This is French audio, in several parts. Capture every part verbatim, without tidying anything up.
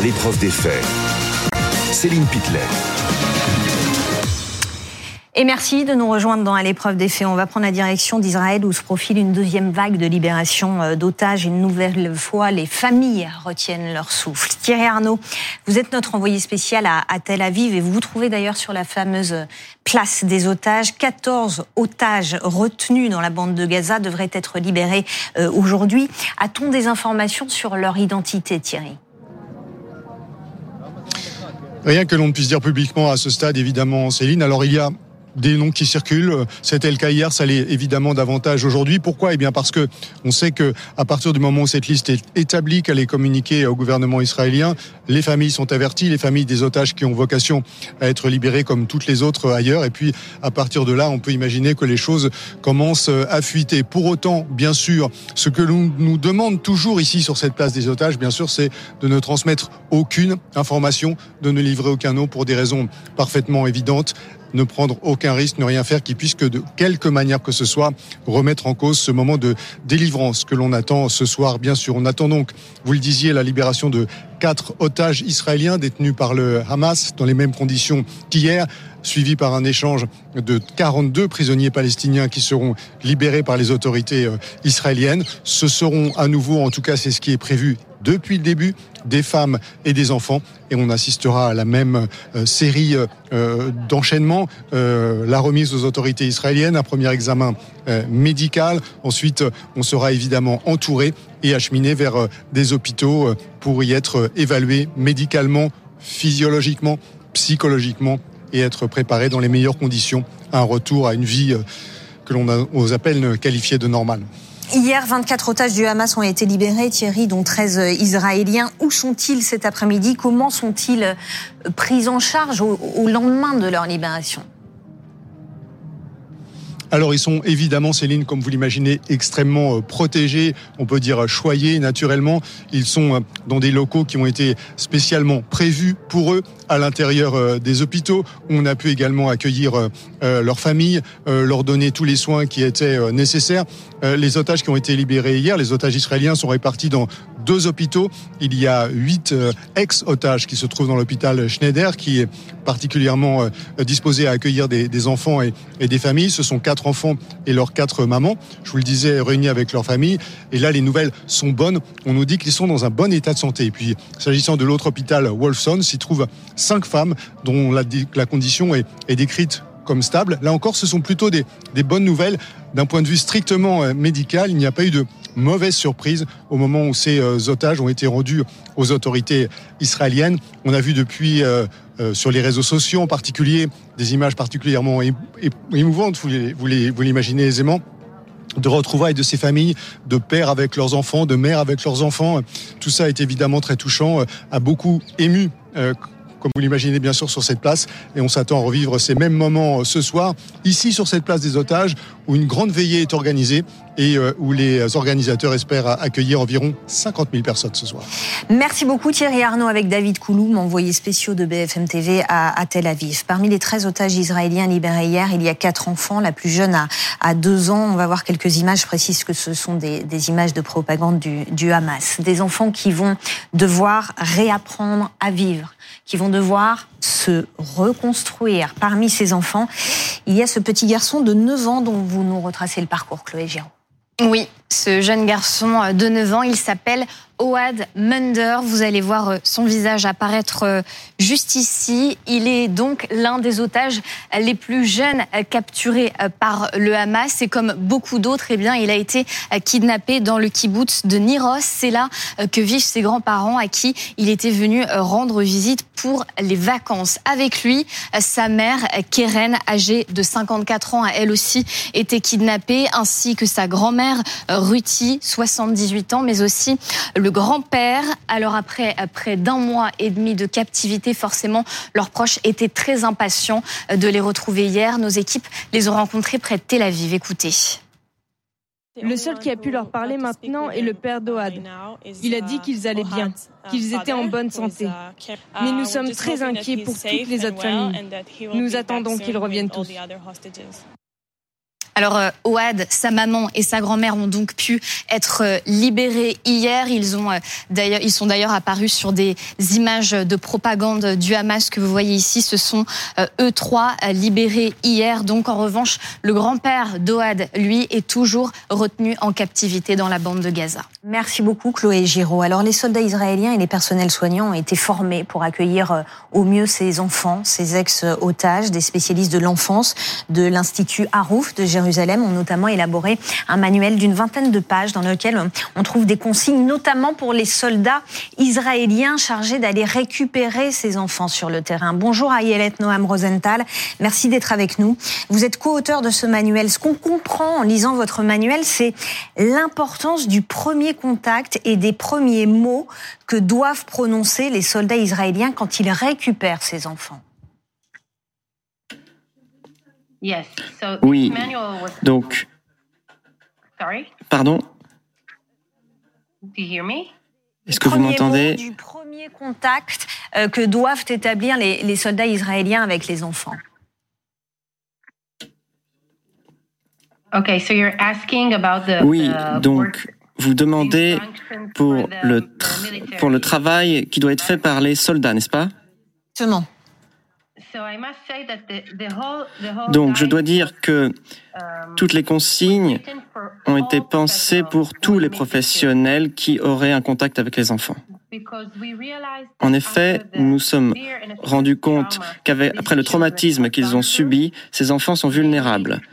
l'épreuve des faits. Céline Pitlet. Et merci de nous rejoindre dans À l'épreuve des faits. On va prendre la direction d'Israël où se profile une deuxième vague de libération d'otages. Une nouvelle fois, les familles retiennent leur souffle. Thierry Arnaud, vous êtes notre envoyé spécial à, à Tel Aviv et vous vous trouvez d'ailleurs sur la fameuse place des otages. quatorze otages retenus dans la bande de Gaza devraient être libérés euh, aujourd'hui. A-t-on des informations sur leur identité, Thierry ? Rien que l'on ne puisse dire publiquement à ce stade, évidemment, Céline. Alors il y a des noms qui circulent. C'était le cas hier, ça l'est évidemment davantage aujourd'hui. Pourquoi ? Eh bien parce que on sait que à partir du moment où cette liste est établie, qu'elle est communiquée au gouvernement israélien, les familles sont averties, les familles des otages qui ont vocation à être libérées comme toutes les autres ailleurs. Et puis à partir de là, on peut imaginer que les choses commencent à fuiter. Pour autant, bien sûr, ce que l'on nous demande toujours ici sur cette place des otages, bien sûr, c'est de ne transmettre aucune information, de ne livrer aucun nom pour des raisons parfaitement évidentes. Ne prendre aucun risque, ne rien faire qui puisse que de quelque manière que ce soit remettre en cause ce moment de délivrance que l'on attend ce soir. Bien sûr, on attend donc, vous le disiez, la libération de quatre otages israéliens détenus par le Hamas dans les mêmes conditions qu'hier, suivi par un échange de quarante-deux prisonniers palestiniens qui seront libérés par les autorités israéliennes. Ce seront à nouveau, en tout cas c'est ce qui est prévu depuis le début, des femmes et des enfants. Et on assistera à la même euh, série euh, d'enchaînements. Euh, la remise aux autorités israéliennes, un premier examen euh, médical. Ensuite, on sera évidemment entouré et acheminé vers euh, des hôpitaux euh, pour y être euh, évalué médicalement, physiologiquement, psychologiquement et être préparé dans les meilleures conditions à un retour à une vie euh, que l'on a, aux appelle qualifiée de normale. Hier, vingt-quatre otages du Hamas ont été libérés, Thierry, dont treize Israéliens. Où sont-ils cet après-midi ? Comment sont-ils pris en charge au, au lendemain de leur libération ? Alors ils sont évidemment, Céline, comme vous l'imaginez, extrêmement protégés, on peut dire choyés naturellement. Ils sont dans des locaux qui ont été spécialement prévus pour eux à l'intérieur des hôpitaux. On a pu également accueillir leurs familles, leur donner tous les soins qui étaient nécessaires. Les otages qui ont été libérés hier, les otages israéliens sont répartis dans deux hôpitaux. Il y a huit ex-otages qui se trouvent dans l'hôpital Schneider, qui est particulièrement disposé à accueillir des, des enfants et, et des familles. Ce sont quatre enfants et leurs quatre mamans, je vous le disais, réunis avec leur famille. Et là, les nouvelles sont bonnes. On nous dit qu'ils sont dans un bon état de santé. Et puis, s'agissant de l'autre hôpital, Wolfson, s'y trouvent cinq femmes dont la, la condition est, est décrite comme stable. Là encore, ce sont plutôt des, des bonnes nouvelles. D'un point de vue strictement médical, il n'y a pas eu de mauvaise surprise au moment où ces euh, otages ont été rendus aux autorités israéliennes. On a vu depuis euh, euh, sur les réseaux sociaux en particulier des images particulièrement é- é- émouvantes, vous, les, vous, les, vous l'imaginez aisément, de retrouvailles de ces familles, de pères avec leurs enfants, de mères avec leurs enfants. Tout ça est évidemment très touchant, euh, a beaucoup ému euh, comme vous l'imaginez bien sûr sur cette place, et on s'attend à revivre ces mêmes moments ce soir, ici sur cette place des otages, où une grande veillée est organisée et où les organisateurs espèrent accueillir environ cinquante mille personnes ce soir. Merci beaucoup Thierry Arnaud avec David Kouloum, envoyé spéciaux de B F M T V à, à Tel Aviv. Parmi les treize otages israéliens libérés hier, il y a quatre enfants, la plus jeune a, a deux ans. On va voir quelques images, je précise que ce sont des, des images de propagande du, du Hamas. Des enfants qui vont devoir réapprendre à vivre, qui vont devoir se reconstruire. Parmi ces enfants, il y a ce petit garçon de neuf ans dont vous nous retracez le parcours, Chloé Giraud. Oui, ce jeune garçon de neuf ans, il s'appelle Ohad Munder. Vous allez voir son visage apparaître juste ici. Il est donc l'un des otages les plus jeunes capturés par le Hamas. Et comme beaucoup d'autres, eh bien, il a été kidnappé dans le kibboutz de Niros. C'est là que vivent ses grands-parents à qui il était venu rendre visite pour les vacances. Avec lui, sa mère, Keren, âgée de cinquante-quatre ans, a elle aussi été kidnappée, ainsi que sa grand-mère, Ruti, soixante-dix-huit ans, mais aussi le grand-père. Alors après près d'un mois et demi de captivité, forcément, leurs proches étaient très impatients de les retrouver hier. Nos équipes les ont rencontrés près de Tel Aviv. Écoutez. Le seul qui a pu leur parler maintenant est le père d'Ohad. Il a dit qu'ils allaient bien, qu'ils étaient en bonne santé. Mais nous sommes très inquiets pour toutes les autres familles. Nous attendons qu'ils reviennent tous. Alors, euh, Ohad, sa maman et sa grand-mère ont donc pu être euh, libérés hier. Ils ont euh, d'ailleurs, ils sont d'ailleurs apparus sur des images de propagande du Hamas que vous voyez ici. Ce sont euh, eux trois euh, libérés hier. Donc, en revanche, le grand-père d'Ohad, lui, est toujours retenu en captivité dans la bande de Gaza. Merci beaucoup, Chloé Giraud. Alors, les soldats israéliens et les personnels soignants ont été formés pour accueillir euh, au mieux ces enfants, ces ex-otages. Des spécialistes de l'enfance de l'Institut Harouf de Jérusalem ont notamment élaboré un manuel d'une vingtaine de pages dans lequel on trouve des consignes, notamment pour les soldats israéliens chargés d'aller récupérer ces enfants sur le terrain. Bonjour Ayelet Noam Rosenthal, merci d'être avec nous. Vous êtes co-auteur de ce manuel. Ce qu'on comprend en lisant votre manuel, c'est l'importance du premier contact et des premiers mots que doivent prononcer les soldats israéliens quand ils récupèrent ces enfants. Oui, donc, pardon, est-ce que vous m'entendez? Du premier contact euh, que doivent établir les, les soldats israéliens avec les enfants. Oui, donc, vous demandez pour le, tra- pour le travail qui doit être fait par les soldats, n'est-ce pas? Exactement. Donc, je dois dire que toutes les consignes ont été pensées pour tous les professionnels qui auraient un contact avec les enfants. En effet, nous nous sommes rendus compte qu'après le traumatisme qu'ils ont subi, ces enfants sont vulnérables.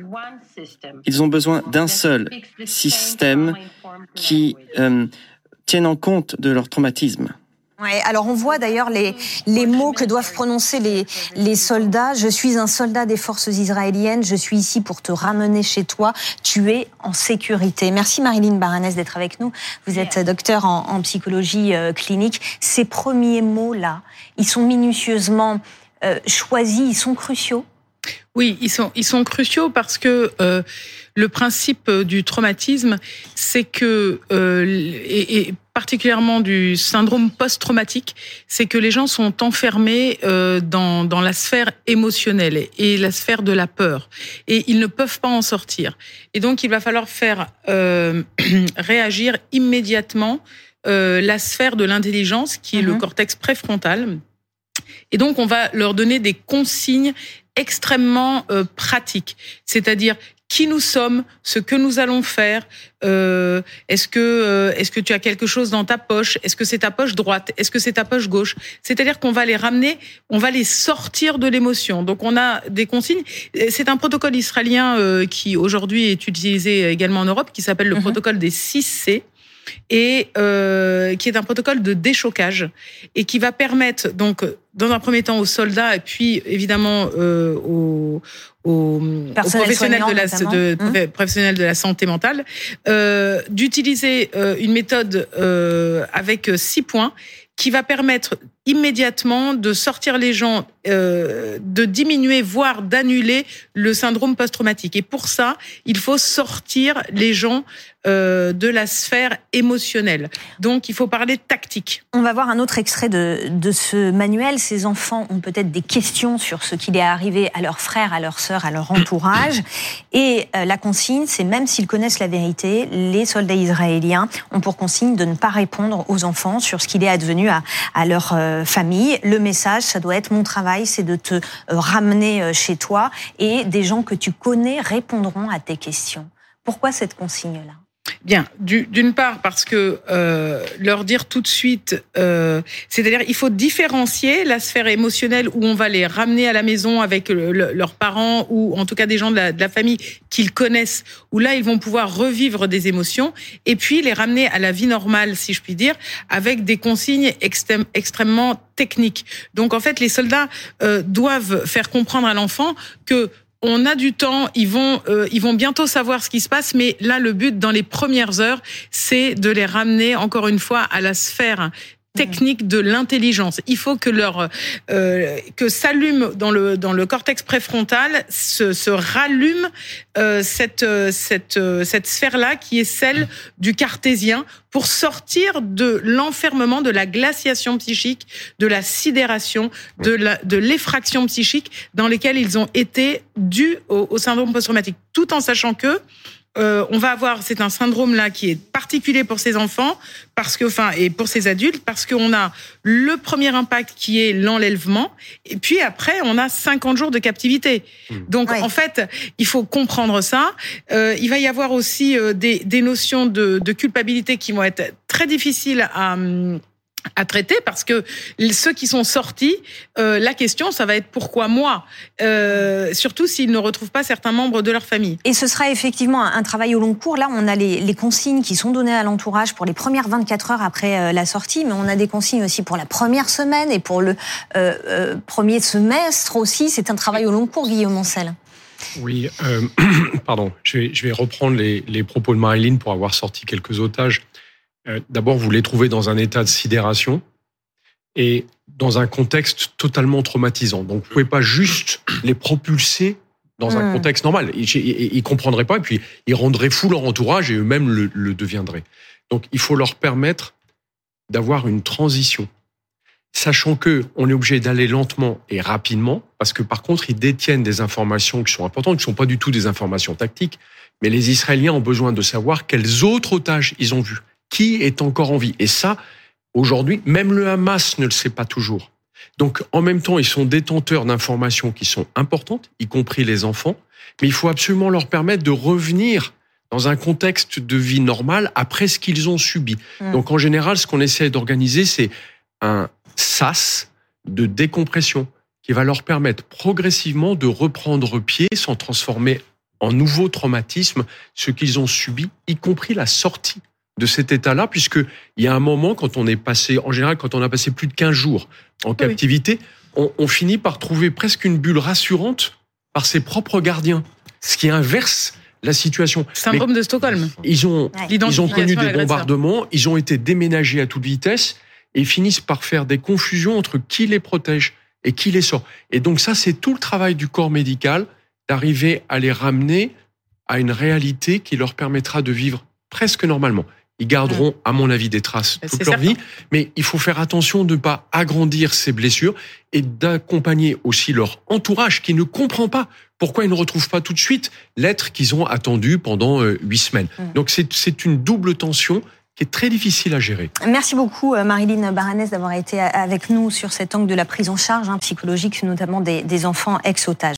Ils ont besoin d'un seul système qui euh, tienne en compte de leur traumatisme. Ouais, alors on voit d'ailleurs les, les mots que doivent prononcer les, les soldats. Je suis un soldat des forces israéliennes, je suis ici pour te ramener chez toi, tu es en sécurité. Merci Marilyn Baranès d'être avec nous. Vous êtes docteur en, en psychologie euh, clinique. Ces premiers mots-là, ils sont minutieusement euh, choisis, ils sont cruciaux. Oui, ils sont ils sont cruciaux parce que euh, le principe du traumatisme, c'est que euh, et, et particulièrement du syndrome post-traumatique, c'est que les gens sont enfermés euh, dans dans la sphère émotionnelle et la sphère de la peur et ils ne peuvent pas en sortir. Et donc il va falloir faire euh, réagir immédiatement euh, la sphère de l'intelligence qui est mmh. le cortex préfrontal. Et donc on va leur donner des consignes extrêmement euh, pratique, c'est-à-dire qui nous sommes, ce que nous allons faire, euh, est-ce que euh, est-ce que tu as quelque chose dans ta poche, est-ce que c'est ta poche droite, est-ce que c'est ta poche gauche, c'est-à-dire qu'on va les ramener, on va les sortir de l'émotion. Donc on a des consignes, c'est un protocole israélien euh, qui aujourd'hui est utilisé également en Europe, qui s'appelle le mmh. protocole des six C. Et euh, qui est un protocole de déchocage et qui va permettre donc dans un premier temps aux soldats et puis évidemment euh, aux, aux, aux professionnels de la de, mmh. professionnels de la santé mentale euh, d'utiliser euh, une méthode euh, avec six points qui va permettre immédiatement de sortir les gens, euh, de diminuer, voire d'annuler le syndrome post-traumatique. Et pour ça, il faut sortir les gens euh, de la sphère émotionnelle. Donc, il faut parler tactique. On va voir un autre extrait de, de ce manuel. Ces enfants ont peut-être des questions sur ce qui est arrivé à leurs frères, à leurs sœurs, à leur entourage. Et euh, la consigne, c'est même s'ils connaissent la vérité, les soldats israéliens ont pour consigne de ne pas répondre aux enfants sur ce qu'il est advenu à, à leur euh, famille. Le message, ça doit être mon travail, c'est de te ramener chez toi et des gens que tu connais répondront à tes questions. Pourquoi cette consigne-là ? Bien, d'une part parce que euh, leur dire tout de suite, euh, c'est-à-dire il faut différencier la sphère émotionnelle où on va les ramener à la maison avec le, le, leurs parents ou en tout cas des gens de la, de la famille qu'ils connaissent, où là ils vont pouvoir revivre des émotions, et puis les ramener à la vie normale, si je puis dire, avec des consignes extrême, extrêmement techniques. Donc en fait les soldats euh, doivent faire comprendre à l'enfant que on a du temps, ils vont, euh, ils vont bientôt savoir ce qui se passe, mais là, le but, dans les premières heures, c'est de les ramener, encore une fois, à la sphère technique de l'intelligence. Il faut que leur euh, que s'allume dans le dans le cortex préfrontal se, se rallume euh, cette cette cette sphère-là qui est celle du cartésien pour sortir de l'enfermement, de la glaciation psychique, de la sidération, de la de l'effraction psychique dans lesquelles ils ont été dus au, au syndrome post-traumatique, tout en sachant que Euh, on va avoir, c'est un syndrome là qui est particulier pour ces enfants, parce que, enfin, et pour ces adultes, parce qu'on a le premier impact qui est l'enlèvement, et puis après on a cinquante jours de captivité. Donc oui. En fait, il faut comprendre ça. Euh, il va y avoir aussi euh, des, des notions de, de culpabilité qui vont être très difficiles à à traiter, parce que ceux qui sont sortis, euh, la question, ça va être pourquoi moi, euh, surtout s'ils ne retrouvent pas certains membres de leur famille. Et ce sera effectivement un travail au long cours. Là, on a les, les consignes qui sont données à l'entourage pour les premières vingt-quatre heures après euh, la sortie, mais on a des consignes aussi pour la première semaine et pour le euh, euh, premier semestre aussi. C'est un travail au long cours, Guillaume Ancel. Oui, euh, pardon, je vais, je vais reprendre les, les propos de Marilyn pour avoir sorti quelques otages. D'abord, vous les trouvez dans un état de sidération et dans un contexte totalement traumatisant. Donc, vous ne pouvez pas juste les propulser dans un mmh. contexte normal. Ils ne comprendraient pas et puis ils rendraient fou leur entourage et eux-mêmes le, le deviendraient. Donc, il faut leur permettre d'avoir une transition, sachant qu'on est obligé d'aller lentement et rapidement, parce que par contre, ils détiennent des informations qui sont importantes, qui ne sont pas du tout des informations tactiques, mais les Israéliens ont besoin de savoir quels autres otages ils ont vus. Qui est encore en vie? Et ça, aujourd'hui, même le Hamas ne le sait pas toujours. Donc, en même temps, ils sont détenteurs d'informations qui sont importantes, y compris les enfants, mais il faut absolument leur permettre de revenir dans un contexte de vie normale après ce qu'ils ont subi. Mmh. Donc, en général, ce qu'on essaie d'organiser, c'est un sas de décompression qui va leur permettre progressivement de reprendre pied sans transformer en nouveau traumatisme ce qu'ils ont subi, y compris la sortie de cet état-là, puisqu'il y a un moment, quand on est passé, en général, quand on a passé plus de quinze jours en captivité, oui. on, on finit par trouver presque une bulle rassurante par ses propres gardiens, ce qui inverse la situation. Syndrome de Stockholm. Ils ont, ouais. ils ont connu des bombardements, ils ont été déménagés à toute vitesse et finissent par faire des confusions entre qui les protège et qui les sort. Et donc ça, c'est tout le travail du corps médical, d'arriver à les ramener à une réalité qui leur permettra de vivre presque normalement. Ils garderont, à mon avis, des traces toute leur certain. vie, mais il faut faire attention de ne pas agrandir ces blessures et d'accompagner aussi leur entourage qui ne comprend pas pourquoi ils ne retrouvent pas tout de suite l'être qu'ils ont attendu pendant huit semaines. Mmh. Donc c'est, c'est une double tension qui est très difficile à gérer. Merci beaucoup Marilyn Baranès d'avoir été avec nous sur cet angle de la prise en charge hein, psychologique, notamment des, des enfants ex-otages.